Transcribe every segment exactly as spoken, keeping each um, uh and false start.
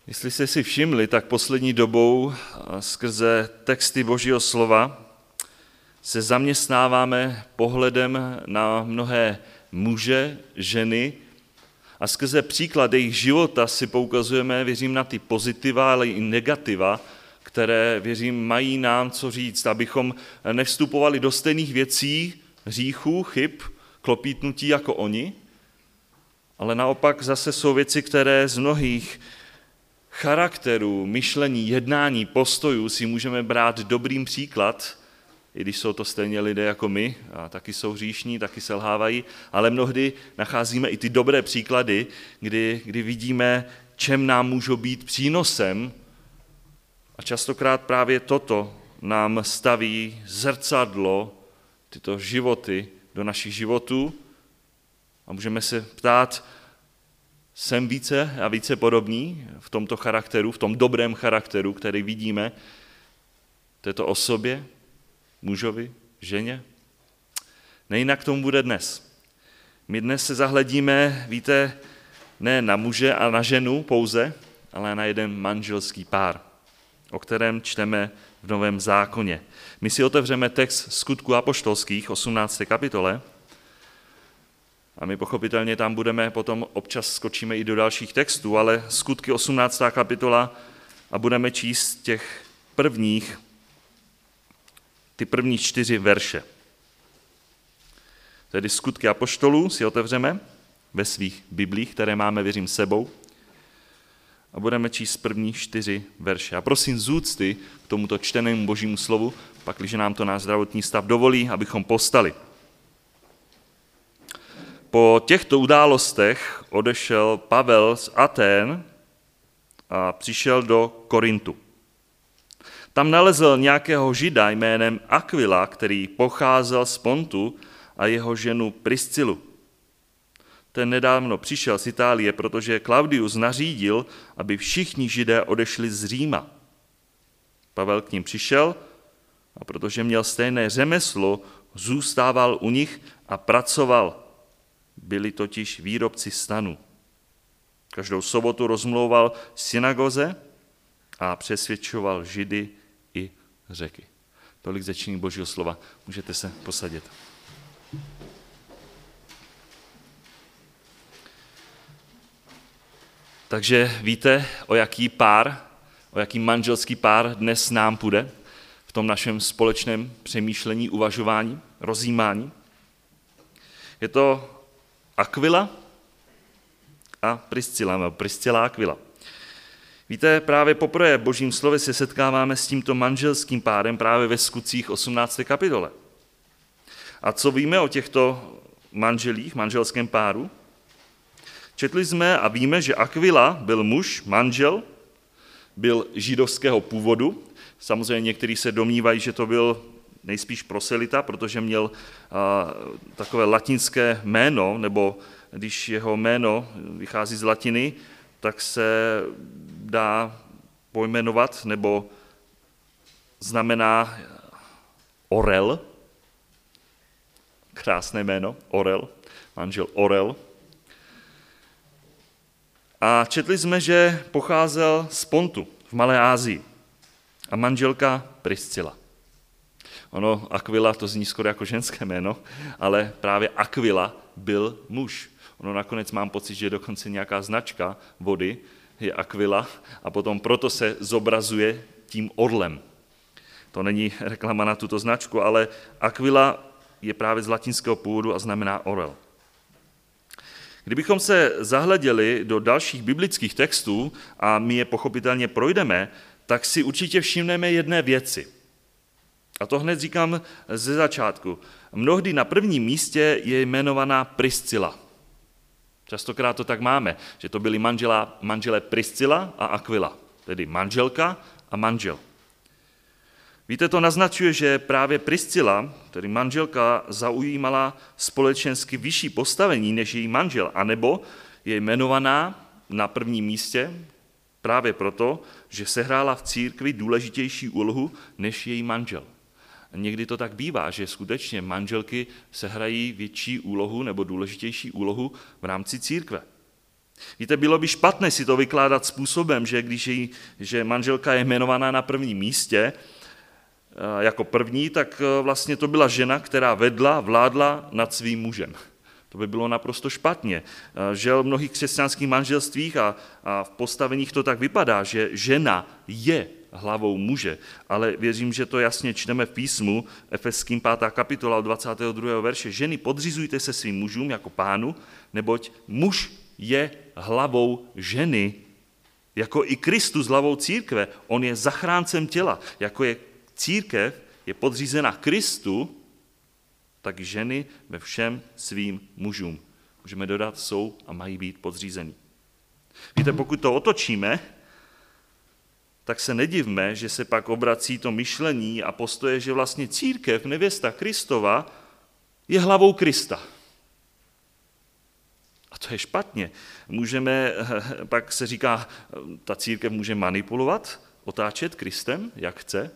Jestli jste si všimli, tak poslední dobou skrze texty Božího slova se zaměstnáváme pohledem na mnohé muže, ženy a skrze příklad jejich života si poukazujeme, věřím, na ty pozitiva, ale i negativa, které, věřím, mají nám co říct, abychom nevstupovali do stejných věcí, hříchů, chyb, klopítnutí jako oni, ale naopak zase jsou věci, které z mnohých charakterů, myšlení, jednání, postojů si můžeme brát dobrým příklad, i když jsou to stejně lidé jako my, a taky jsou hříšní, taky selhávají, ale mnohdy nacházíme i ty dobré příklady, kdy, kdy vidíme, čem nám můžou být přínosem, a častokrát právě toto nám staví zrcadlo, tyto životy do našich životů a můžeme se ptát, jsem více a více podobný v tomto charakteru, v tom dobrém charakteru, který vidíme této osobě, mužovi, ženě? Nejinak tomu bude dnes. My dnes se zahledíme, víte, ne na muže a na ženu pouze, ale na jeden manželský pár, o kterém čteme v Novém zákoně. My si otevřeme text Skutků apoštolských, osmnácté kapitole, a my pochopitelně tam budeme, potom občas skočíme i do dalších textů, ale Skutky osmnáctá kapitola a budeme číst těch prvních, ty první čtyři verše. Tedy Skutky apoštolů si otevřeme ve svých biblích, které máme, věřím, sebou, a budeme číst první čtyři verše. A prosím z úcty k tomuto čtenému Božímu slovu, pakliže nám to náš zdravotní stav dovolí, abychom povstali. Po těchto událostech odešel Pavel z Atén a přišel do Korintu. Tam nalezl nějakého Žida jménem Aquila, který pocházel z Pontu, a jeho ženu Priscilu. Ten nedávno přišel z Itálie, protože Klaudius nařídil, aby všichni Židé odešli z Říma. Pavel k ním přišel a protože měl stejné řemeslo, zůstával u nich a pracoval. Byli totiž výrobci stanů. Každou sobotu rozmlouval v synagoze a přesvědčoval Židy i Řeky. Tolik ze čtení Božího slova. Můžete se posadit. Takže víte, o jaký pár, o jaký manželský pár dnes nám půjde v tom našem společném přemýšlení, uvažování, rozjímání? Je to Aquila a Priscila, nebo Priscila Aquila. Víte, právě poprvé v Božím slově se setkáváme s tímto manželským párem právě ve Skutcích osmnácté kapitole. A co víme o těchto manželích, manželském páru? Četli jsme a víme, že Aquila byl muž, manžel, byl židovského původu. Samozřejmě někteří se domnívají, že to byl nejspíš proselita, protože měl a, takové latinské jméno, nebo když jeho jméno vychází z latiny, tak se dá pojmenovat, nebo znamená Orel. Krásné jméno, Orel, manžel Orel. A četli jsme, že pocházel z Pontu v Malé Asii a manželka Priscila. Ono, Aquila, to zní skoro jako ženské jméno, ale právě Aquila byl muž. Ono nakonec mám pocit, že je dokonce nějaká značka vody, je Aquila, a potom proto se zobrazuje tím orlem. To není reklama na tuto značku, ale Aquila je právě z latinského původu a znamená orel. Kdybychom se zahleděli do dalších biblických textů, a my je pochopitelně projdeme, tak si určitě všimneme jedné věci. A to hned říkám ze začátku. Mnohdy na prvním místě je jmenovaná Priscila. Častokrát to tak máme, že to byli manžela, manželé Priscila a Aquila, tedy manželka a manžel. Víte, to naznačuje, že právě Priscila, tedy manželka, zaujímala společensky vyšší postavení než její manžel, anebo je jmenovaná na prvním místě právě proto, že sehrála v církvi důležitější úlohu než její manžel. Někdy to tak bývá, že skutečně manželky sehrají větší úlohu nebo důležitější úlohu v rámci církve. Víte, bylo by špatné si to vykládat způsobem, že když je, že manželka je jmenovaná na prvním místě, jako první, tak vlastně to byla žena, která vedla, vládla nad svým mužem. To by bylo naprosto špatně. Žel v mnohých křesťanských manželstvích a, a v postaveních to tak vypadá, že žena je hlavou muže, ale věřím, že to jasně čteme v písmu, Efeským pátá kapitola od dvacátého druhého verše. Ženy, podřizujte se svým mužům jako pánu, neboť muž je hlavou ženy, jako i Kristus hlavou církve. On je zachráncem těla, jako je církev je podřízena Kristu, tak ženy ve všem svým mužům. Můžeme dodat, jsou a mají být podřízení. Víte, pokud to otočíme, tak se nedivme, že se pak obrací to myšlení a postoje, že vlastně církev, nevěsta Kristova, je hlavou Krista. A to je špatně. Můžeme, pak se říká, ta církev může manipulovat, otáčet Kristem, jak chce.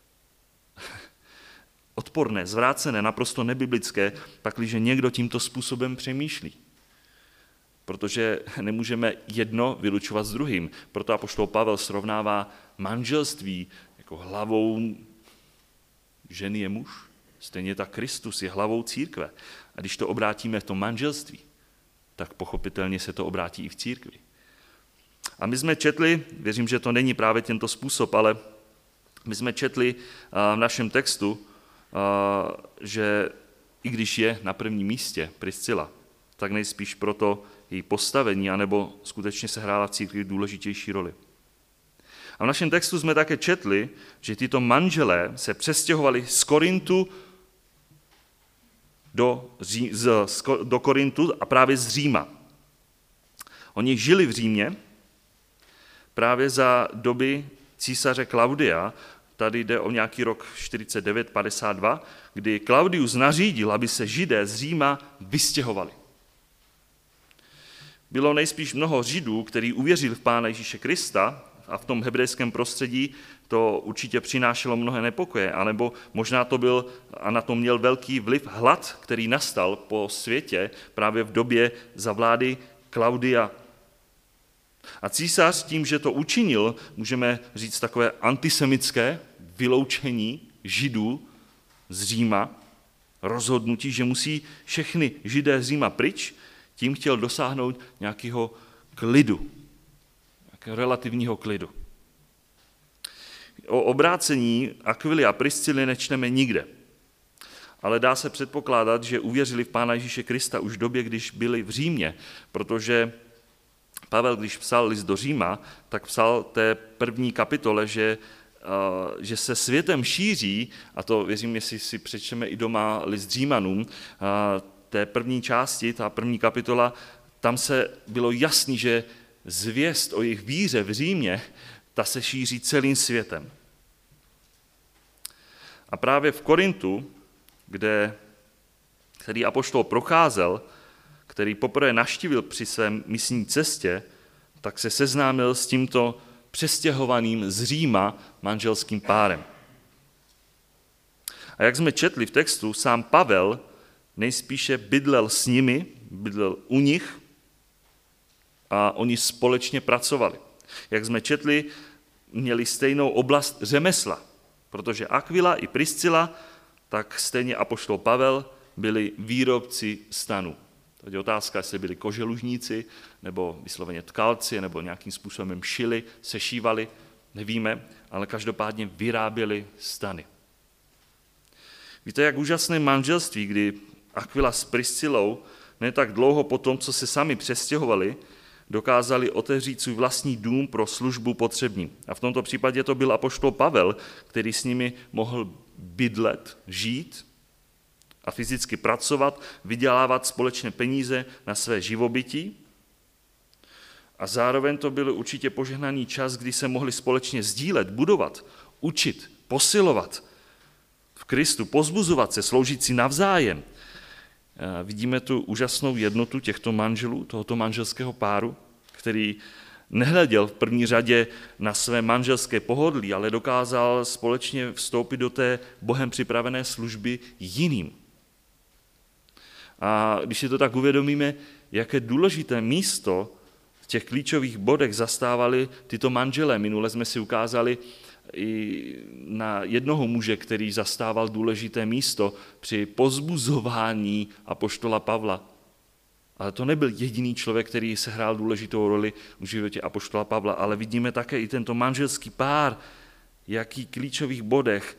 Odporné, zvrácené, naprosto nebiblické, pakliže někdo tímto způsobem přemýšlí. Protože nemůžeme jedno vylučovat s druhým. Proto apoštol Pavel srovnává manželství jako hlavou ženy je muž. Stejně tak Kristus je hlavou církve. A když to obrátíme v tom manželství, tak pochopitelně se to obrátí i v církvi. A my jsme četli, věřím, že to není právě tento způsob, ale my jsme četli v našem textu, že i když je na prvním místě Priscila, tak nejspíš proto její postavení, anebo skutečně se hrála v církvi důležitější roli. A v našem textu jsme také četli, že tyto manželé se přestěhovali z Korintu do, z, do Korintu a právě z Říma. Oni žili v Římě právě za doby císaře Klaudia. Tady jde o nějaký rok čtyřicet devět padesát dva, kdy Klaudius nařídil, aby se Židé z Říma vystěhovali. Bylo nejspíš mnoho Židů, kteří uvěřili v Pána Ježíše Krista a v tom hebrejském prostředí to určitě přinášelo mnohé nepokoje, anebo možná to byl a na to měl velký vliv hlad, který nastal po světě právě v době za vlády Klaudia. A císař tím, že to učinil, můžeme říct takové antisemické vyloučení Židů z Říma, rozhodnutí, že musí všechny Židé z Říma pryč, tím chtěl dosáhnout nějakého klidu, nějakého relativního klidu. O obrácení Akvily a Priscily nečteme nikde, ale dá se předpokládat, že uvěřili v Pána Ježíše Krista už v době, když byli v Římě, protože Pavel, když psal list do Říma, tak psal té první kapitole, že, uh, že se světem šíří, a to věřím, jestli si přečteme i doma list Římanům, uh, té první části, ta první kapitola, tam se bylo jasný, že zvěst o jejich víře v Římě, ta se šíří celým světem. A právě v Korintu, kde, který apoštol procházel, který poprvé navštívil při své misní cestě, tak se seznámil s tímto přestěhovaným z Říma manželským párem. A jak jsme četli v textu, sám Pavel nejspíše bydlel s nimi, bydlel u nich a oni společně pracovali. Jak jsme četli, měli stejnou oblast řemesla, protože Akvila i Priscila, tak stejně apoštol Pavel, byli výrobci stanů. Teď je otázka, jestli byli koželužníci, nebo vysloveně tkalci, nebo nějakým způsobem šili, sešívali, nevíme, ale každopádně vyráběli stany. Víte, jak úžasné manželství, kdy Akvila s Priscilou ne tak dlouho po tom, co se sami přestěhovali, dokázali otevřít svůj vlastní dům pro službu potřebným. A v tomto případě to byl apoštol Pavel, který s nimi mohl bydlet, žít a fyzicky pracovat, vydělávat společné peníze na své živobytí. A zároveň to byl určitě požehnaný čas, kdy se mohli společně sdílet, budovat, učit, posilovat v Kristu, pozbuzovat se, sloužit si navzájem. Vidíme tu úžasnou jednotu těchto manželů, tohoto manželského páru, který nehleděl v první řadě na své manželské pohodlí, ale dokázal společně vstoupit do té Bohem připravené služby jiným. A když si to tak uvědomíme, jaké důležité místo těch klíčových bodech zastávali tyto manželé. Minule jsme si ukázali i na jednoho muže, který zastával důležité místo při pozbuzování apoštola Pavla. Ale to nebyl jediný člověk, který sehrál důležitou roli v životě apoštola Pavla, ale vidíme také i tento manželský pár, jaký klíčových bodech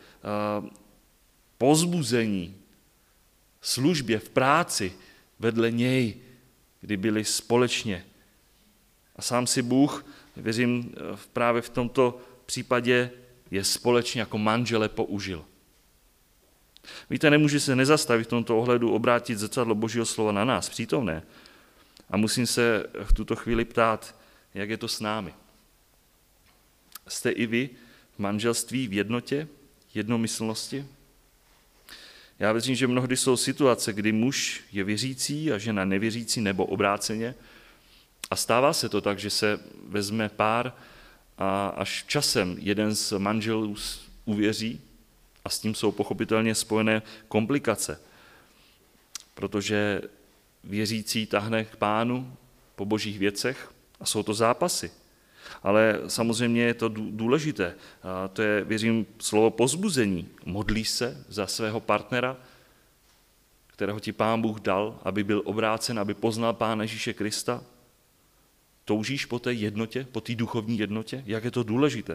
pozbuzení, službě, v práci vedle něj, kdy byli společně. A sám si Bůh, věřím, právě v tomto případě je společně jako manžele použil. Víte, nemůže se nezastavit v tomto ohledu obrátit zrcadlo Božího slova na nás, přítomné. A musím se v tuto chvíli ptát, jak je to s námi. Jste i vy v manželství v jednotě, jednomyslnosti? Já věřím, že mnohdy jsou situace, kdy muž je věřící a žena nevěřící nebo obráceně. A stává se to tak, že se vezme pár a až časem jeden z manželů uvěří a s tím jsou pochopitelně spojené komplikace. Protože věřící tahne k Pánu po božích věcech a jsou to zápasy. Ale samozřejmě je to důležité. A to je, věřím, slovo pozbuzení. Modlíš se za svého partnera, kterého ti Pán Bůh dal, aby byl obrácen, aby poznal Pána Ježíše Krista? Toužíš po té jednotě, po té duchovní jednotě? Jak je to důležité?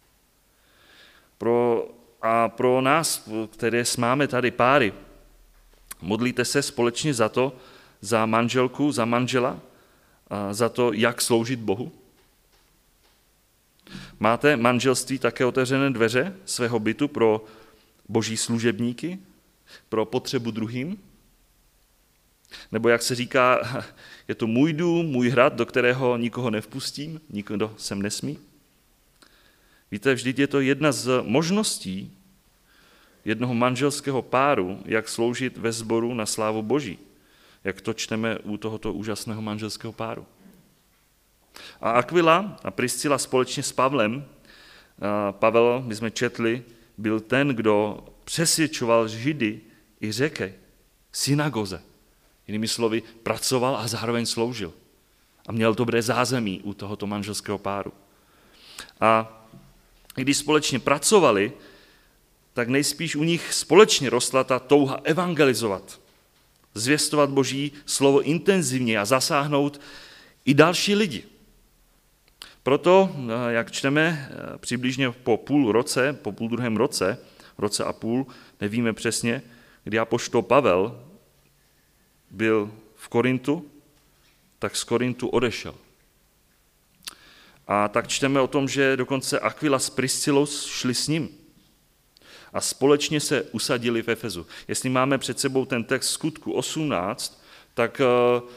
Pro, a pro nás, které máme tady páry, modlíte se společně za to, za manželku, za manžela, a za to, jak sloužit Bohu? Máte manželství také otevřené dveře svého bytu pro boží služebníky, pro potřebu druhým? Nebo jak se říká, je to můj dům, můj hrad, do kterého nikoho nevpustím, nikdo sem nesmí? Víte, vždyť je to jedna z možností jednoho manželského páru, jak sloužit ve sboru na slávu Boží, jak to čteme u tohoto úžasného manželského páru. A Aquila a Priscila společně s Pavlem, Pavel, my jsme četli, byl ten, kdo přesvědčoval Židy i Řeky, synagoze. Jinými slovy, pracoval a zároveň sloužil. A měl dobré zázemí u tohoto manželského páru. A když společně pracovali, tak nejspíš u nich společně rostla ta touha evangelizovat, zvěstovat Boží slovo intenzivně a zasáhnout i další lidi. Proto, jak čteme přibližně po půl roce, po půl druhém roce, roce a půl, nevíme přesně, kdy apoštol Pavel byl v Korintu, tak z Korintu odešel. A tak čteme o tom, že dokonce Aquila s Priscilou šli s ním a společně se usadili v Efezu. Jestli máme před sebou ten text Skutku osmnáct, tak uh,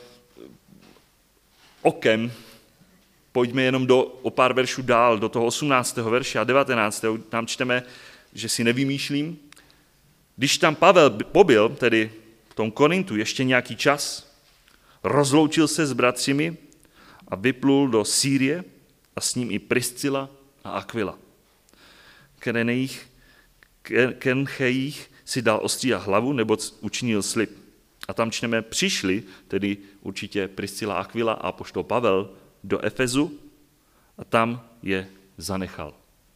okem pojďme jenom do, o pár veršů dál, do toho osmnáctého verše a devatenáctého Tam čteme, že si nevymýšlím. Když tam Pavel pobyl, tedy v tom Korintu, ještě nějaký čas, rozloučil se s bratřimi a vyplul do Sýrie a s ním i Priscila a Aquila. Kenejích, Kenchejích si dal ostříhat hlavu, nebo učinil slib. A tam čteme, přišli, tedy určitě Priscila a Aquila a apoštol Pavel, do Efezu a tam je zanechal.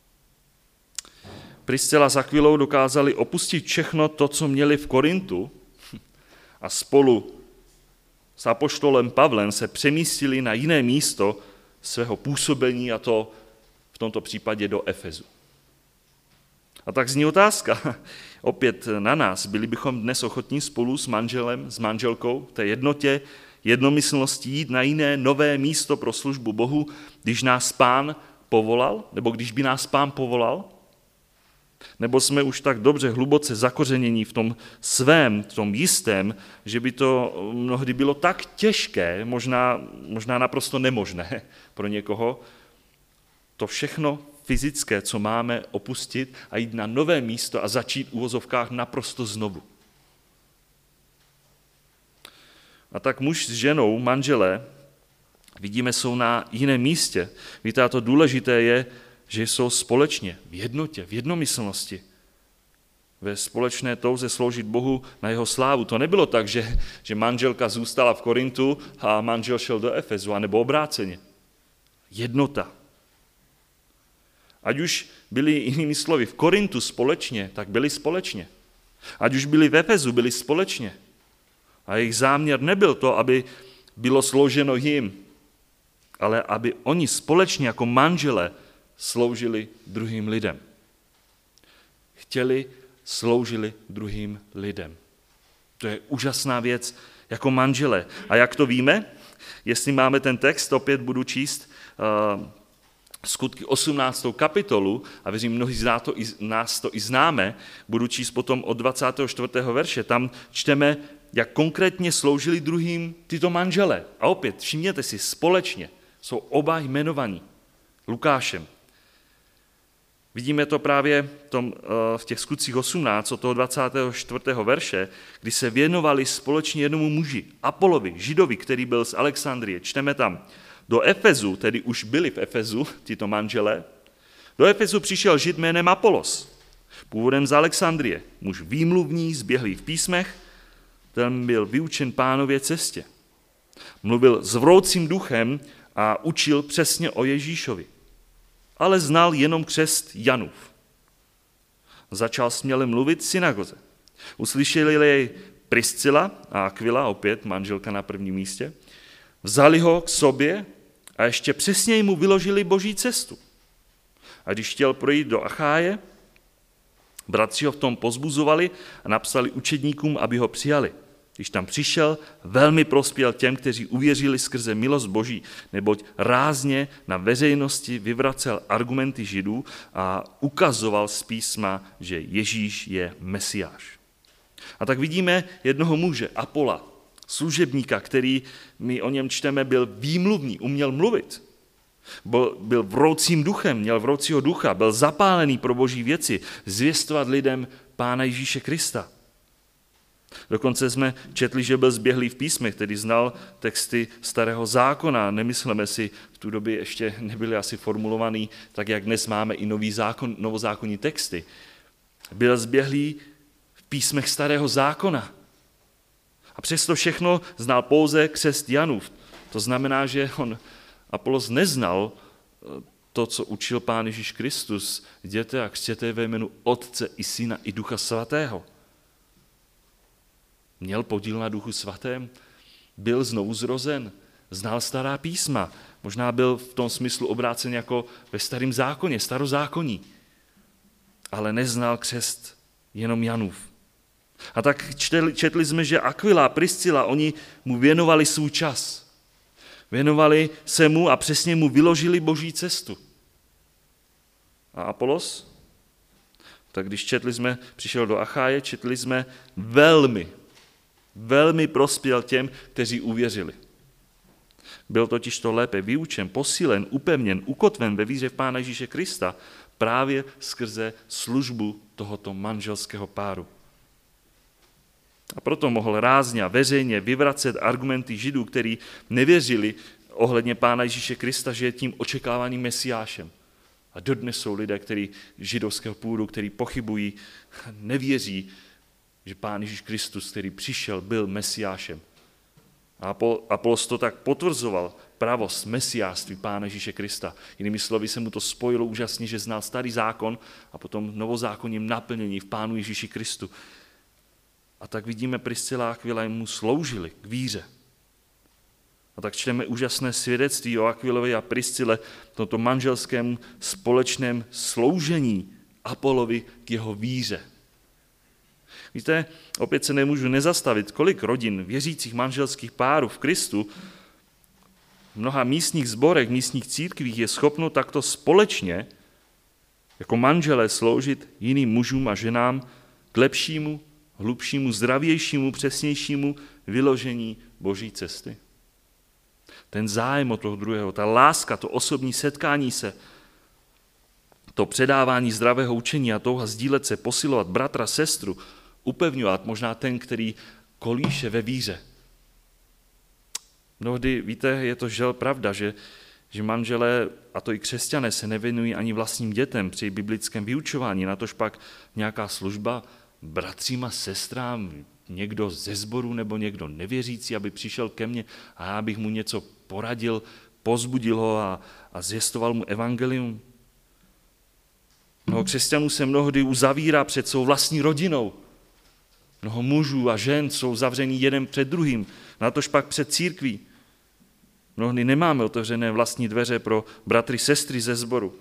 Priscila s Aquilou dokázali opustit všechno to, co měli v Korintu a spolu s apoštolem Pavlem se přemístili na jiné místo svého působení, a to v tomto případě do Efezu. A tak zní otázka opět na nás. Byli bychom dnes ochotní spolu s manželem, s manželkou v té jednotě, jednomyslnosti jít na jiné nové místo pro službu Bohu, když nás Pán povolal, nebo když by nás Pán povolal? Nebo jsme už tak dobře hluboce zakořenění v tom svém, v tom jistém, že by to mnohdy bylo tak těžké, možná, možná naprosto nemožné pro někoho, to všechno fyzické, co máme, opustit a jít na nové místo a začít v uvozovkách naprosto znovu. A tak muž s ženou, manželé, vidíme, jsou na jiném místě. Víte, a to důležité je, že jsou společně, v jednotě, v jednomyslnosti, ve společné touze sloužit Bohu na jeho slávu. To nebylo tak, že, že manželka zůstala v Korintu a manžel šel do Efezu, anebo obráceně. jednota. Ať už byli jinými slovy v Korintu společně, tak byli společně. Ať už byli v Efezu, byli společně. A jejich záměr nebyl to, aby bylo slouženo jim, ale aby oni společně jako manželé sloužili druhým lidem. Chtěli, sloužili druhým lidem. To je úžasná věc jako manželé. A jak to víme? Jestli máme ten text, opět budu číst uh, Skutky osmnáctou kapitolu, a věřím, mnohí z nás to, i, nás to i známe, budu číst potom od dvacátého čtvrtého verše. Tam čteme, jak konkrétně sloužili druhým tyto manželé. A opět, všimněte si, společně jsou oba jmenovaní Lukášem. Vidíme to právě v, tom, v těch Skutcích osmnáct, od toho dvacátého čtvrtého verše, kdy se věnovali společně jednomu muži, Apolovi, Židovi, který byl z Alexandrie. Čteme tam, do Efezu, tedy už byli v Efezu, tyto manželé, do Efezu přišel Žid jménem Apolos, původem z Alexandrie, muž výmluvný, zběhlý v písmech, ten byl vyučen Pánově cestě. Mluvil s vroucím duchem a učil přesně o Ježíšovi, ale znal jenom křest Janův. Začal směle mluvit v synagoze. Uslyšeli jej Priscila a Aquila, opět manželka na prvním místě, vzali ho k sobě a ještě přesněji mu vyložili boží cestu. A když chtěl projít do Acháje, bratři ho v tom pozbuzovali a napsali učedníkům, aby ho přijali. Když tam přišel, velmi prospěl těm, kteří uvěřili skrze milost Boží, neboť rázně na veřejnosti vyvracel argumenty Židů a ukazoval z písma, že Ježíš je Mesiáš. A tak vidíme jednoho muže, Apola, služebníka, který, my o něm čteme, byl výmluvný, uměl mluvit. Byl, byl vroucím duchem, měl vroucího ducha, byl zapálený pro boží věci, zvěstovat lidem Pána Ježíše Krista. Dokonce jsme četli, že byl zběhlý v písmech, tedy znal texty starého zákona. Nemyslíme si, v tu době ještě nebyly asi formulovaný, tak jak dnes máme i nový zákon, novozákonní texty. Byl zběhlý v písmech starého zákona. A přesto všechno znal pouze křest Janův. To znamená, že on, Apolos, neznal to, co učil Pán Ježíš Kristus. Jděte a křtěte ve jménu Otce i Syna i Ducha Svatého. Měl podíl na Duchu Svatém, byl znovu zrozen, znal stará písma, možná byl v tom smyslu obrácen jako ve starém zákoně, starozákoní, ale neznal křest jenom Janův. A tak četli, četli jsme, že Aquila a Priscila, oni mu věnovali svůj čas. Věnovali se mu a přesně mu vyložili boží cestu. A Apolos? Tak když četli jsme, přišel do Acháje, četli jsme velmi, velmi prospěl těm, kteří uvěřili. Byl totiž to lépe vyučen, posílen, upevněn, ukotven ve víře v Pána Ježíše Krista právě skrze službu tohoto manželského páru. A proto mohl rázně a veřejně vyvracet argumenty Židů, kteří nevěřili ohledně Pána Ježíše Krista, že je tím očekávaným Mesiášem. A dodnes jsou lidé, kteří židovského původu, kteří pochybují, nevěří, že Pán Ježíš Kristus, který přišel, byl Mesiášem. A Apolos to tak potvrzoval pravost mesiáství Pána Ježíše Krista. Jinými slovy se mu to spojilo úžasně, že znal starý zákon a potom novozákonním naplnění v Pánu Ježíši Kristu. A tak vidíme, Priscila a Aquila mu sloužili k víře. A tak čteme úžasné svědectví o Aquilovi a Priscile, tomto manželském společném sloužení Apolovi k jeho víře. Víte, opět se nemůžu nezastavit, kolik rodin věřících manželských párů v Kristu v mnoha místních sborech, místních církvích je schopno takto společně jako manželé sloužit jiným mužům a ženám k lepšímu, hlubšímu, zdravějšímu, přesnějšímu vyložení boží cesty. Ten zájem o toho druhého, ta láska, to osobní setkání se, to předávání zdravého učení a touha sdílet se, posilovat bratra, sestru, upevňovat možná ten, který kolíše ve víře. Mnohdy, víte, je to žel pravda, že, že manželé, a to i křesťané, se nevěnují ani vlastním dětem při biblickém vyučování, natož pak nějaká služba bratřím a sestrám, někdo ze sboru nebo někdo nevěřící, aby přišel ke mně a já bych mu něco poradil, Pozbudil ho a, a zvěstoval mu evangelium. Mnoho křesťanů se mnohdy uzavírá před svou vlastní rodinou. Mnoho mužů a žen jsou zavření jeden před druhým, natož pak před církví. Mnohdy nemáme otevřené vlastní dveře pro bratry, sestry ze sboru.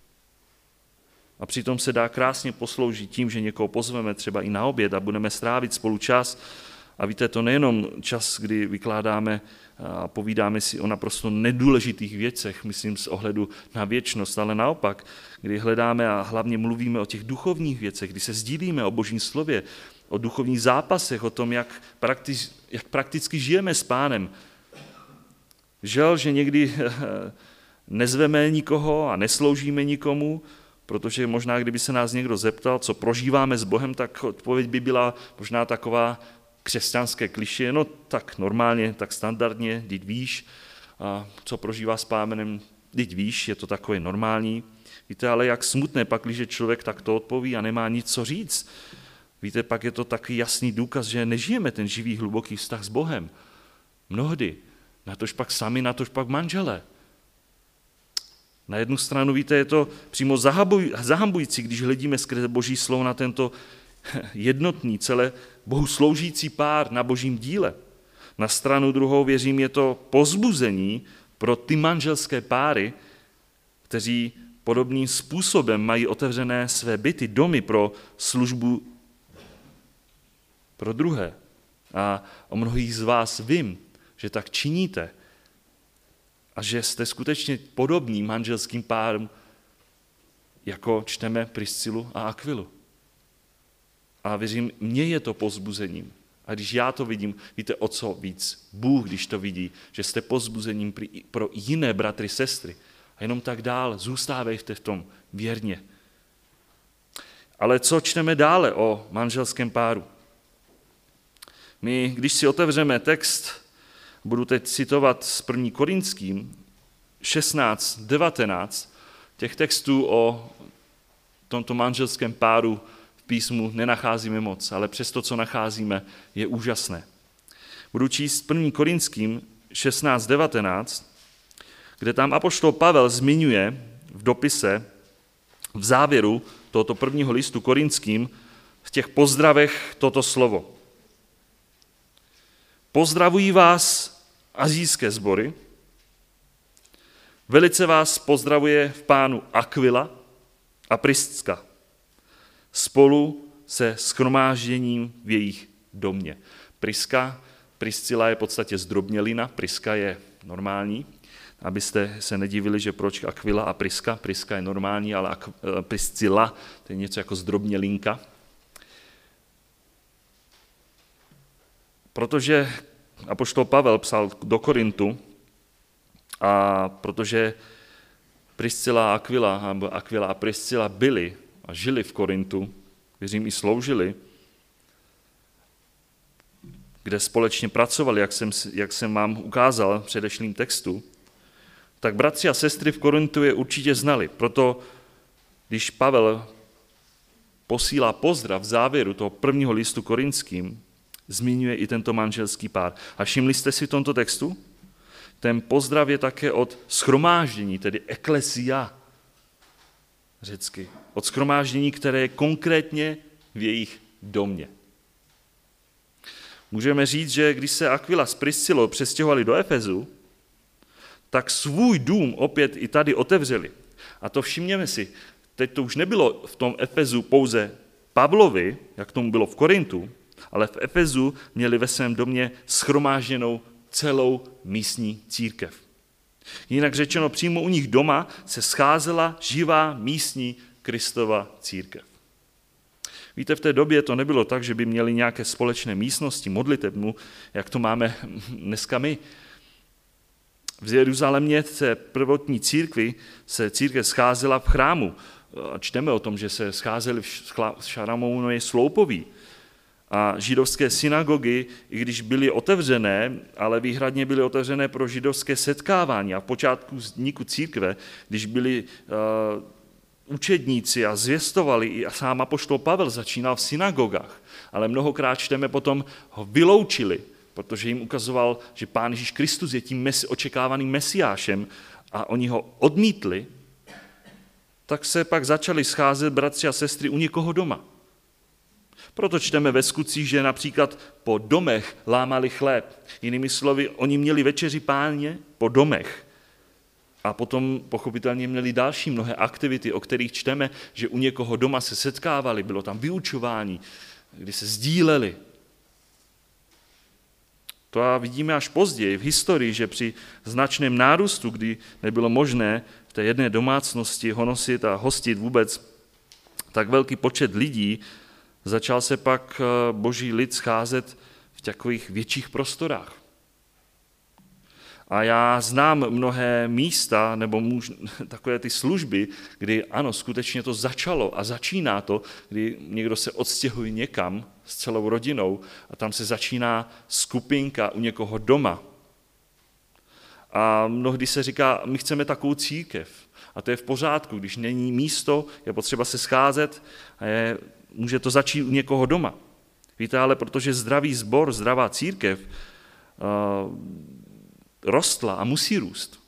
A přitom se dá krásně posloužit tím, že někoho pozveme třeba i na oběd a budeme strávit spolu čas. A víte, to nejenom čas, kdy vykládáme a povídáme si o naprosto nedůležitých věcech, myslím z ohledu na věčnost, ale naopak, kdy hledáme a hlavně mluvíme o těch duchovních věcech, kdy se sdílíme o Božím slově, o duchovních zápasech, o tom, jak, praktič, jak prakticky žijeme s Pánem. Žel, že někdy nezveme nikoho a nesloužíme nikomu, protože možná, kdyby se nás někdo zeptal, co prožíváme s Bohem, tak odpověď by byla možná taková křesťanské klišé, no tak normálně, tak standardně, vždyť víš, a co prožívá s Pánem, vždyť víš, je to takové normální. Víte, ale jak smutné pak, když člověk takto odpoví a nemá nic co říct. Víte, pak je to taky jasný důkaz, že nežijeme ten živý, hluboký vztah s Bohem. Mnohdy. Natož pak sami, natož pak manželé. Na jednu stranu, víte, je to přímo zahambující, když hledíme skrze Boží slovo na tento jednotný, celé Bohu sloužící pár na Božím díle. Na stranu druhou, věřím, je to povzbuzení pro ty manželské páry, kteří podobným způsobem mají otevřené své byty, domy pro službu pro druhé. A o mnohých z vás vím, že tak činíte a že jste skutečně podobní manželským párům, jako čteme Priscilu a Akvilu. A věřím, mně je to povzbuzením. A když já to vidím, víte, o co víc Bůh, když to vidí, že jste povzbuzením pro jiné bratry, sestry. A jenom tak dál, zůstávejte v tom věrně. Ale co čteme dále o manželském páru? My, když si otevřeme text, budu teď citovat z první Korinským šestnáct devatenáct, těch textů o tomto manželském páru v písmu nenacházíme moc, ale přesto, co nacházíme, je úžasné. Budu číst první Korinským šestnáct devatenáct, kde tam apoštol Pavel zmiňuje v dopise, v závěru tohoto prvního listu Korinským, v těch pozdravech toto slovo. Pozdravují vás asijské sbory, velice vás pozdravuje v Pánu Akvila a Prisca, spolu se shromážděním v jejich domě. Priska, Priscila je v podstatě zdrobnělina, Priska je normální, abyste se nedivili, že proč Akvila a Priska, Priska je normální, ale Priscila, to je něco jako zdrobnělinka. Protože apoštol Pavel psal do Korintu a protože Priscila a Akvila, nebo Akvila a Priscila byli a žili v Korintu, věřím i sloužili, kde společně pracovali, jak jsem, jak jsem vám ukázal v předešlým textu, tak bratři a sestry v Korintu je určitě znali. Proto, když Pavel posílá pozdrav v závěru toho prvního listu Korinským, zmiňuje i tento manželský pár. A všimli jste si v tomto textu? Ten pozdrav je také od shromáždění, tedy eklesia řecky. Od shromáždění, které je konkrétně v jejich domě. Můžeme říct, že když se Akvila s Priscilou přestěhovali do Efezu, tak svůj dům opět i tady otevřeli. A to všimněme si, teď to už nebylo v tom Efezu pouze Pavlovi, jak tomu bylo v Korintu, ale v Efezu měli ve svém domě shromážděnou celou místní církev. Jinak řečeno, přímo u nich doma se scházela živá místní Kristova církev. Víte, v té době to nebylo tak, že by měli nějaké společné místnosti, modlitebnu, jak to máme dneska my. V Jeruzalémě se prvotní církvi se církev scházela v chrámu. Čteme o tom, že se scházeli v Šalamounově sloupoví. A židovské synagogy, i když byly otevřené, ale výhradně byly otevřené pro židovské setkávání. A v počátku vzniku církve, když byli uh, učedníci a zvěstovali, i sám apoštol Pavel začínal v synagogách, ale mnohokrát čteme potom ho vyloučili, protože jim ukazoval, že Pán Ježíš Kristus je tím mesi, očekávaným mesiášem a oni ho odmítli, tak se pak začali scházet bratři a sestry u někoho doma. Proto čteme ve Skutcích, že například po domech lámali chléb. Jinými slovy, oni měli večeři Páně po domech. A potom pochopitelně měli další mnohé aktivity, o kterých čteme, že u někoho doma se setkávali, bylo tam vyučování, kdy se sdíleli. To a vidíme až později v historii, že při značném nárůstu, kdy nebylo možné v té jedné domácnosti honosit a hostit vůbec tak velký počet lidí, začal se pak boží lid scházet v takových větších prostorách. A já znám mnohé místa nebo muž, takové ty služby, kdy ano, skutečně to začalo a začíná to, kdy někdo se odstěhuje někam s celou rodinou a tam se začíná skupinka u někoho doma. A mnohdy se říká, my chceme takovou církev. A to je v pořádku, když není místo, je potřeba se scházet a je, může to začít u někoho doma. Víte, ale protože zdravý sbor, zdravá církev uh, rostla a musí růst,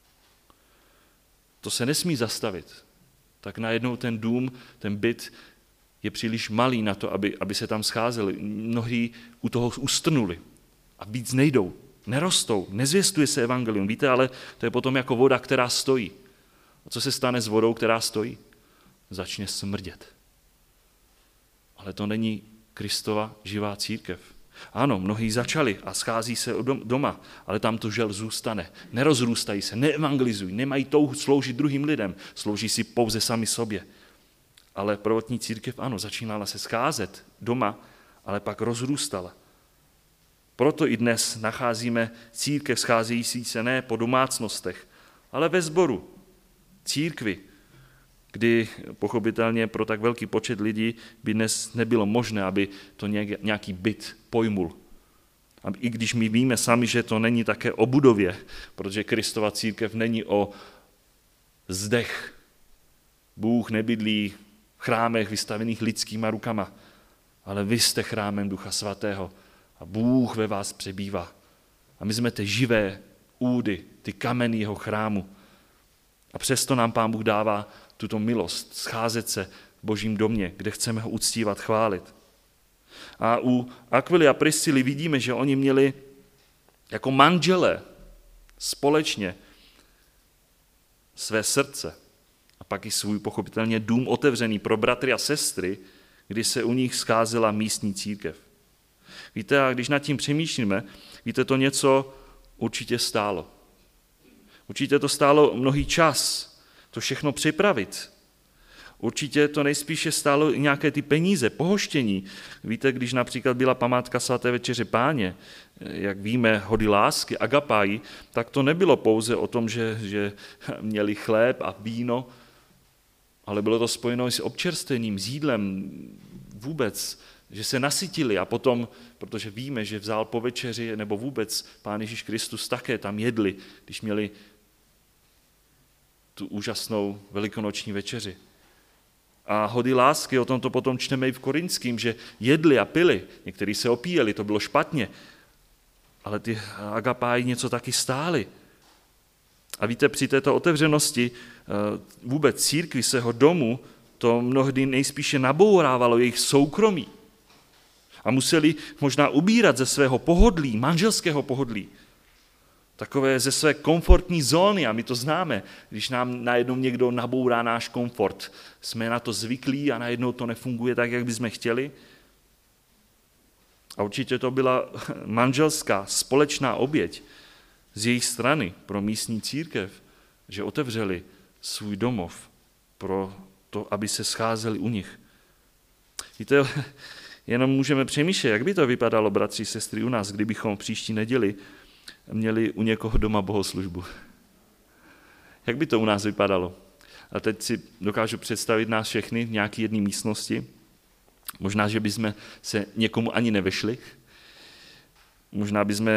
to se nesmí zastavit. Tak najednou ten dům, ten byt je příliš malý na to, aby, aby se tam scházeli. Mnohdy u toho ustrnuli a víc nejdou, nerostou, nezvěstuje se evangelium. Víte, ale to je potom jako voda, která stojí. A co se stane s vodou, která stojí? Začne smrdět. Ale to není Kristova živá církev. Ano, mnohí začali a schází se doma, ale tam to žel zůstane. Nerozrůstají se, neevangelizují, nemají touhu sloužit druhým lidem, slouží si pouze sami sobě. Ale prvotní církev, ano, začínala se scházet doma, ale pak rozrůstala. Proto i dnes nacházíme církev scházející se ne po domácnostech, ale ve sboru, církvi, kdy pochopitelně pro tak velký počet lidí by dnes nebylo možné, aby to nějaký byt pojmul. A i když my víme sami, že to není také o budově, protože Kristova církev není o zdech. Bůh nebydlí v chrámech vystavených lidskýma rukama, ale vy jste chrámem Ducha Svatého a Bůh ve vás přebývá. A my jsme ty živé údy, ty kameny jeho chrámu. A přesto nám Pán Bůh dává tuto milost, scházet se v Božím domě, kde chceme ho uctívat, chválit. A u Aquily a Priscily vidíme, že oni měli jako manželé společně své srdce a pak i svůj pochopitelně dům otevřený pro bratry a sestry, kdy se u nich scházela místní církev. Víte, a když nad tím přemýšlíme, víte, to něco určitě stálo. Určitě to stálo mnohý čas, to všechno připravit. Určitě to nejspíše stálo i nějaké ty peníze, pohoštění. Víte, když například byla památka svaté večeře Páně, jak víme, hody lásky, agapáji, tak to nebylo pouze o tom, že, že měli chléb a víno, ale bylo to spojeno i s občerstvením, s jídlem vůbec, že se nasytili a potom, protože víme, že vzal po večeři, nebo vůbec Pán Ježíš Kristus také tam jedli, když měli tu úžasnou velikonoční večeři. A hody lásky, o tom to potom čteme i v Korinským, že jedli a pili, někteří se opíjeli, to bylo špatně, ale ty agapáji něco taky stály. A víte, při této otevřenosti vůbec církvi svého domu to mnohdy nejspíše nabourávalo jejich soukromí. A museli možná ubírat ze svého pohodlí, manželského pohodlí, takové ze své komfortní zóny, a my to známe, když nám najednou někdo nabourá náš komfort. Jsme na to zvyklí a najednou to nefunguje tak, jak bychom chtěli. A určitě to byla manželská společná oběť z jejich strany pro místní církev, že otevřeli svůj domov pro to, aby se scházeli u nich. Víte, jenom můžeme přemýšlet, jak by to vypadalo, bratři, sestry, u nás, kdybychom příští neděli měli u někoho doma bohoslužbu. Jak by to u nás vypadalo? A teď si dokážu představit nás všechny v nějaké jedné místnosti. Možná, že bychom se někomu ani nevešli. Možná bychom,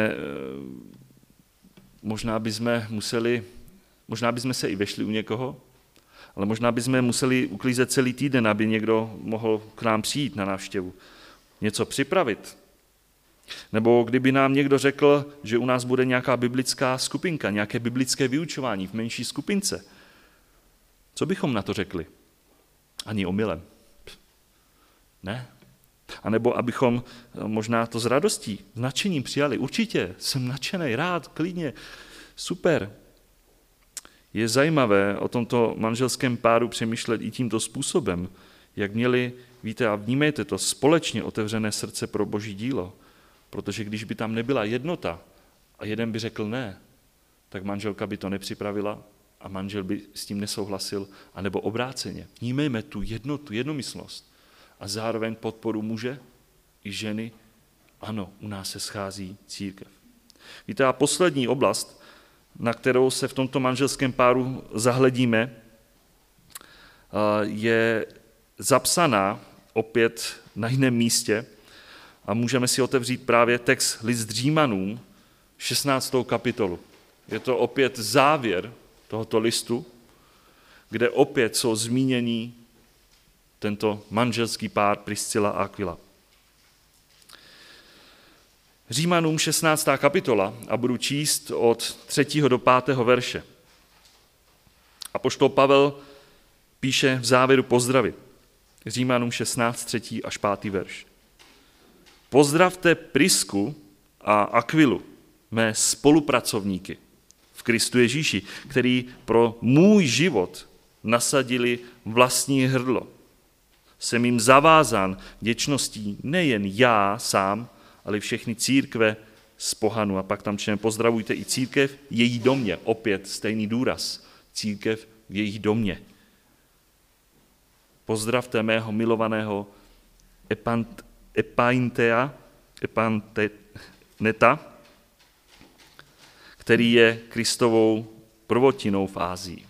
možná bychom museli, možná bychom se i vešli u někoho, ale možná bychom museli uklízet celý týden, aby někdo mohl k nám přijít na návštěvu. Něco připravit. Nebo kdyby nám někdo řekl, že u nás bude nějaká biblická skupinka, nějaké biblické vyučování v menší skupince, co bychom na to řekli? Ani omylem. Ne. A nebo abychom možná to s radostí, s nadšením přijali. Určitě, jsem nadšený, rád, klidně, super. Je zajímavé o tomto manželském páru přemýšlet i tímto způsobem, jak měli, víte, a vnímejte to, společně otevřené srdce pro Boží dílo. Protože když by tam nebyla jednota a jeden by řekl ne, tak manželka by to nepřipravila a manžel by s tím nesouhlasil, anebo obráceně. Vnímejme tu jednotu, jednomyslnost a zároveň podporu muže i ženy. Ano, u nás se schází církev. Víte, a poslední oblast, na kterou se v tomto manželském páru zahledíme, je zapsaná opět na jiném místě a můžeme si otevřít právě text list Římanům, šestnáctou kapitolu. Je to opět závěr tohoto listu, kde opět jsou zmíněni tento manželský pár Priscila a Aquila. Římanům šestnáctá kapitola a budu číst od třetího do pátého verše. Apoštol Pavel píše v závěru pozdravy. Římanům šestnáct, třetí až pátý verš. Pozdravte Prisku a Aquilu, mé spolupracovníky v Kristu Ježíši, který pro můj život nasadili vlastní hrdlo. Jsem jim zavázán vděčností nejen já sám, ale všechny církve z pohanu. A pak tam čteme, pozdravujte i církev v její domě. Opět stejný důraz. Církev v jejich domě. Pozdravte mého milovaného Epant, Epaintea, Epaneta, který je Kristovou prvotinou v Ázii.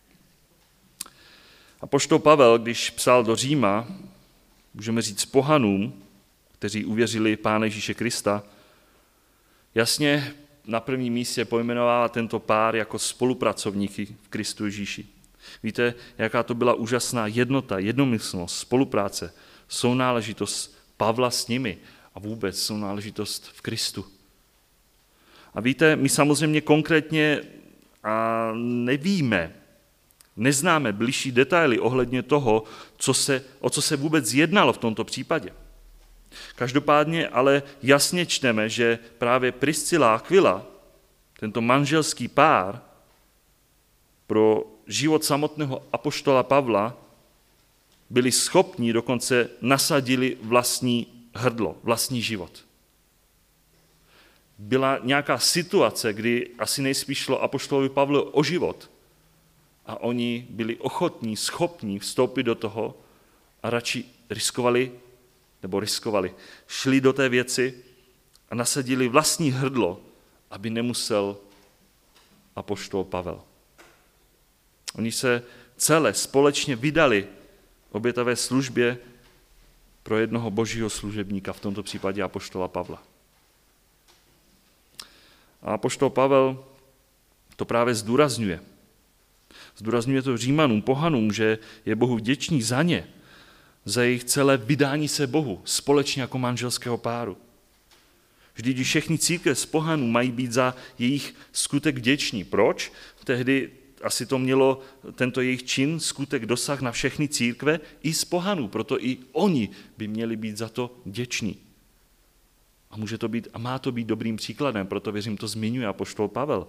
Apoštol Pavel, když psal do Říma, můžeme říct pohanům, kteří uvěřili Pána Ježíše Krista, jasně na prvním místě pojmenovává tento pár jako spolupracovníky v Kristu Ježíši. Víte, jaká to byla úžasná jednota, jednomyslnost, spolupráce, sounáležitost Pavla s nimi a vůbec sounáležitost v Kristu. A víte, my samozřejmě konkrétně a nevíme, neznáme bližší detaily ohledně toho, co se, o co se vůbec jednalo v tomto případě. Každopádně ale jasně čteme, že právě Priscila a Aquila, tento manželský pár, pro život samotného apoštola Pavla byli schopni, dokonce nasadili vlastní hrdlo, vlastní život. Byla nějaká situace, kdy asi nejspíš šlo apoštolovi Pavlu o život a oni byli ochotní, schopní vstoupit do toho a radši riskovali, nebo riskovali, šli do té věci a nasadili vlastní hrdlo, aby nemusel apoštol Pavel. Oni se celé společně vydali obětavé službě pro jednoho božího služebníka, v tomto případě apoštola Pavla. A apoštol Pavel to právě zdůrazňuje. Zdůrazňuje to Římanům, pohanům, že je Bohu vděčný za ně, za jejich celé vydání se Bohu, společně jako manželského páru. Vždyť všechny církve z pohanů mají být za jejich skutek vděční. Proč? Tehdy asi to mělo tento jejich čin, skutek, dosah na všechny církve i z pohanů, proto i oni by měli být za to vděční. A může to být, a má to být dobrým příkladem, proto věřím, to zmiňuje apoštol Pavel.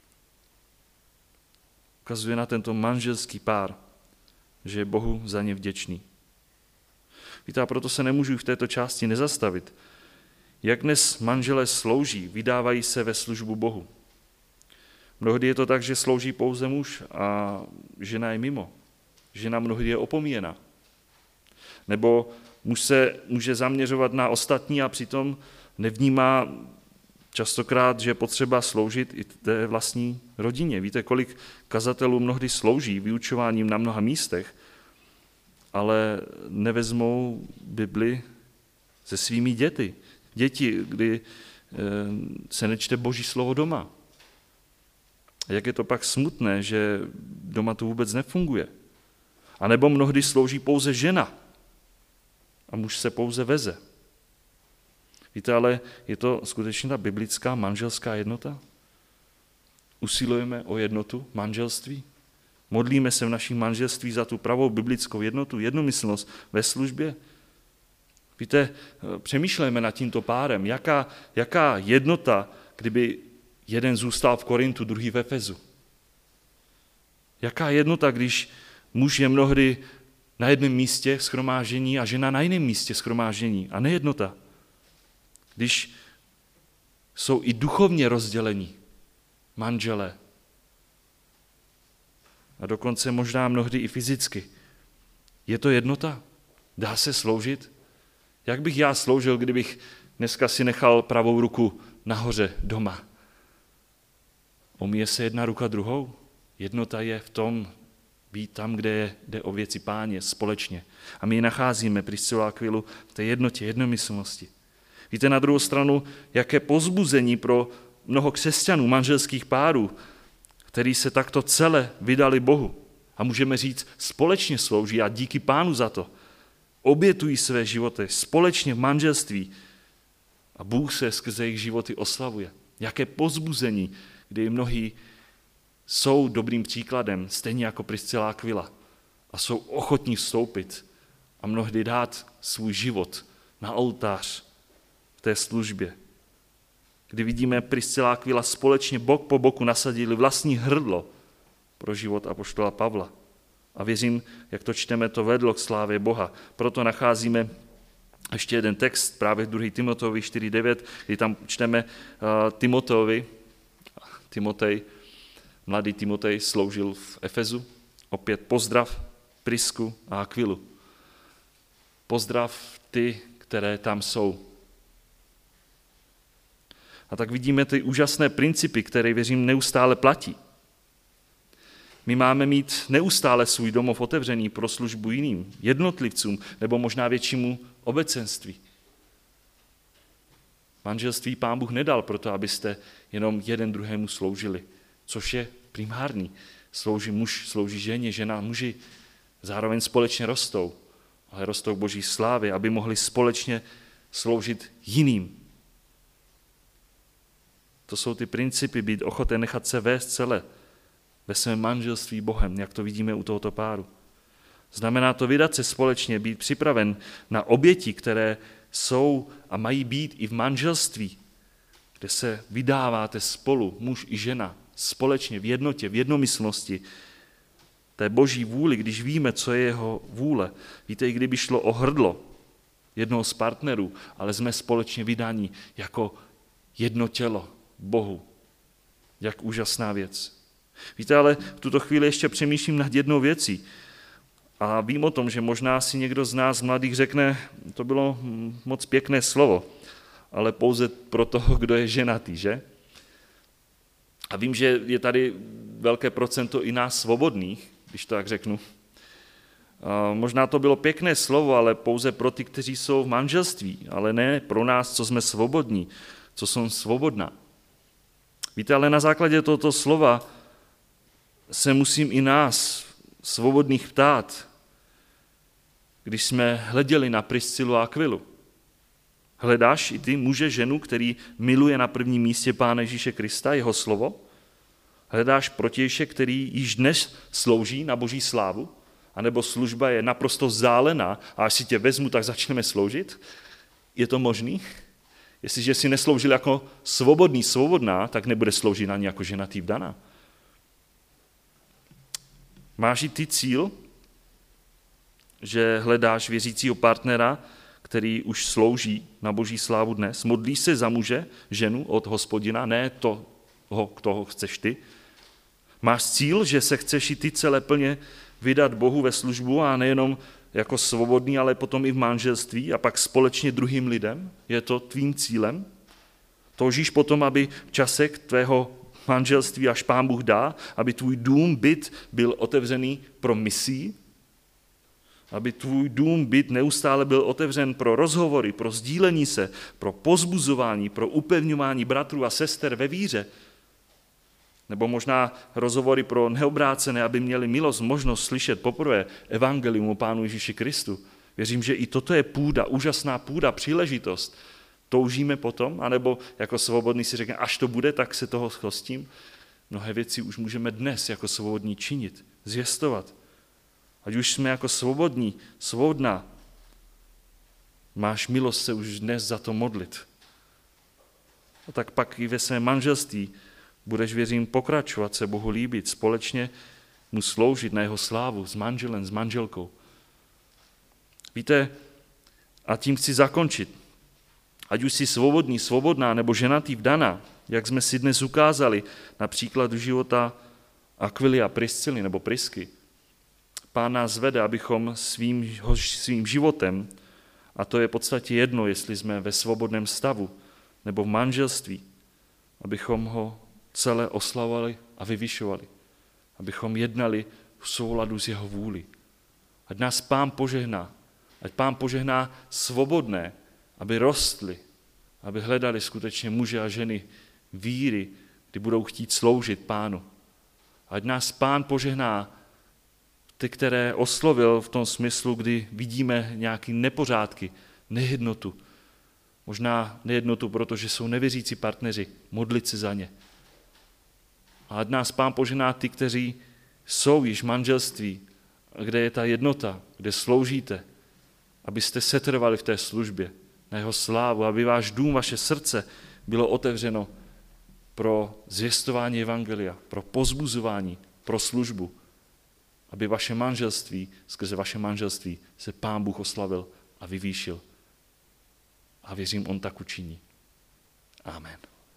Ukazuje na tento manželský pár, že je Bohu za ně vděčný. Víte, a proto se nemůžu v této části nezastavit. Jak dnes manželé slouží, vydávají se ve službu Bohu. Mnohdy je to tak, že slouží pouze muž a žena je mimo. Žena mnohdy je opomíjena. Nebo muž se může zaměřovat na ostatní a přitom nevnímá častokrát, že je potřeba sloužit i té vlastní rodině. Víte, kolik kazatelů mnohdy slouží vyučováním na mnoha místech, ale nevezmou Bibli se svými děti. Děti, kdy se nečte Boží slovo doma. A jak je to pak smutné, že doma to vůbec nefunguje. A nebo mnohdy slouží pouze žena a muž se pouze veze. Víte, ale je to skutečně ta biblická manželská jednota? Usilujeme o jednotu manželství? Modlíme se v našem manželství za tu pravou biblickou jednotu, jednomyslnost ve službě? Víte, přemýšlejme nad tímto párem, jaká, jaká jednota, kdyby jeden zůstal v Korintu, druhý v Efezu. Jaká jednota, když muž je mnohdy na jednom místě shromáždění a žena na jiném místě shromáždění a nejednota. Když jsou i duchovně rozdělení manželé a dokonce možná mnohdy i fyzicky. Je to jednota? Dá se sloužit? Jak bych já sloužil, kdybych dneska si nechal pravou ruku nahoře doma? Omíje se jedna ruka druhou? Jednota je v tom být tam, kde je, jde o věci Páně, společně. A my ji nacházíme, Priscilu a Aquilu, v té jednotě, jednomyslnosti. Víte na druhou stranu, jaké povzbuzení pro mnoho křesťanů, manželských párů, který se takto celé vydali Bohu. A můžeme říct, společně slouží a díky Pánu za to. Obětují své životy společně v manželství a Bůh se skrze jejich životy oslavuje. Jaké povzbuzení, kdy mnohí jsou dobrým příkladem, stejně jako Priscila a Aquila, a jsou ochotní vstoupit a mnohdy dát svůj život na oltář v té službě. Kdy vidíme Priscila a Aquila společně bok po boku nasadili vlastní hrdlo pro život apoštola Pavla. A věřím, jak to čteme, to vedlo k slávě Boha. Proto nacházíme ještě jeden text, právě druhý Timoteovi čtyři devět, kdy tam čteme uh, Timoteovi, Timotej, mladý Timotej sloužil v Efezu. Opět pozdrav Prisku a Aquilu. Pozdrav ty, které tam jsou. A tak vidíme ty úžasné principy, které, věřím, neustále platí. My máme mít neustále svůj domov otevřený pro službu jiným, jednotlivcům nebo možná většímu obecenství. Manželství Pán Bůh nedal proto, abyste jenom jeden druhému sloužili, což je primární. Slouží muž, slouží ženě, žena, muži, zároveň společně rostou, ale rostou k Boží slávě, aby mohli společně sloužit jiným. To jsou ty principy, být ochoten nechat se vést celé ve svém manželství Bohem, jak to vidíme u tohoto páru. Znamená to vydat se společně, být připraven na oběti, které jsou a mají být i v manželství, kde se vydáváte spolu, muž i žena, společně v jednotě, v jednomyslnosti, té Boží vůli, když víme, co je jeho vůle. Víte, i kdyby šlo o hrdlo jednoho z partnerů, ale jsme společně vydáni jako jedno tělo Bohu. Jak úžasná věc. Víte, ale v tuto chvíli ještě přemýšlím nad jednou věcí. A vím o tom, že možná si někdo z nás mladých řekne, to bylo moc pěkné slovo, ale pouze pro toho, kdo je ženatý, že? A vím, že je tady velké procento i nás svobodných, když to tak řeknu. A možná to bylo pěkné slovo, ale pouze pro ty, kteří jsou v manželství, ale ne pro nás, co jsme svobodní, co jsou svobodná. Víte, ale na základě tohoto slova se musím i nás, svobodných, ptát, když jsme hleděli na Priscilu a Aquilu. Hledáš i ty muže, ženu, který miluje na prvním místě Pána Ježíše Krista, jeho slovo? Hledáš protějšek, který již dnes slouží na Boží slávu? A nebo služba je naprosto vzdálená a až si tě vezmu, tak začneme sloužit? Je to možný? Jestliže si nesloužil jako svobodný, svobodná, tak nebude sloužit ani jako ženatý vdaná. Máš i ty cíl, že hledáš věřícího partnera, který už slouží na Boží slávu dnes? Modlíš se za muže, ženu od Hospodina, ne toho, toho chceš ty? Máš cíl, že se chceš i ty celé plně vydat Bohu ve službu a nejenom jako svobodný, ale potom i v manželství a pak společně druhým lidem? Je to tvým cílem? Toužíš potom, aby v čase tvého manželství, až Pán Bůh dá, aby tvůj dům, byt byl otevřený pro misii? Aby tvůj dům, byt neustále byl otevřen pro rozhovory, pro sdílení se, pro pozbuzování, pro upevňování bratrů a sester ve víře? Nebo možná rozhovory pro neobrácené, aby měli milost, možnost slyšet poprvé evangelium o Pánu Ježíši Kristu. Věřím, že i toto je půda, úžasná půda, příležitost toužíme potom, anebo jako svobodný si řekne, až to bude, tak se toho chostím. Mnohé věci už můžeme dnes jako svobodní činit, zvěstovat. Ať už jsme jako svobodní, svobodná, máš milost se už dnes za to modlit. A tak pak i ve svém manželství budeš, věřím, pokračovat se Bohu líbit, společně mu sloužit na jeho slávu s manželem, s manželkou. Víte, a tím chci zakončit. Ať už jsi svobodný, svobodná nebo ženatý vdaná, jak jsme si dnes ukázali na příkladu života Akvily a Priscily nebo Prisky. Pán nás vede, abychom svým, svým životem, a to je v podstatě jedno, jestli jsme ve svobodném stavu nebo v manželství, abychom ho celé oslavovali a vyvyšovali. Abychom jednali v souladu s jeho vůli. Ať nás Pán požehná. Ať Pán požehná svobodné, aby rostli, aby hledali skutečně muže a ženy víry, kdy budou chtít sloužit Pánu. Ať nás Pán požehná ty, které oslovil v tom smyslu, kdy vidíme nějaké nepořádky, nejednotu. Možná nejednotu, protože jsou nevěřící partneři, modlit se za ně. A ať nás Pán požehná ty, kteří jsou již v manželství, kde je ta jednota, kde sloužíte, abyste setrvali v té službě, na jeho slávu, aby váš dům, vaše srdce bylo otevřeno pro zvěstování evangelia, pro pozbuzování, pro službu, aby vaše manželství, skrze vaše manželství se Pán Bůh oslavil a vyvýšil. A věřím, on tak učiní. Amen.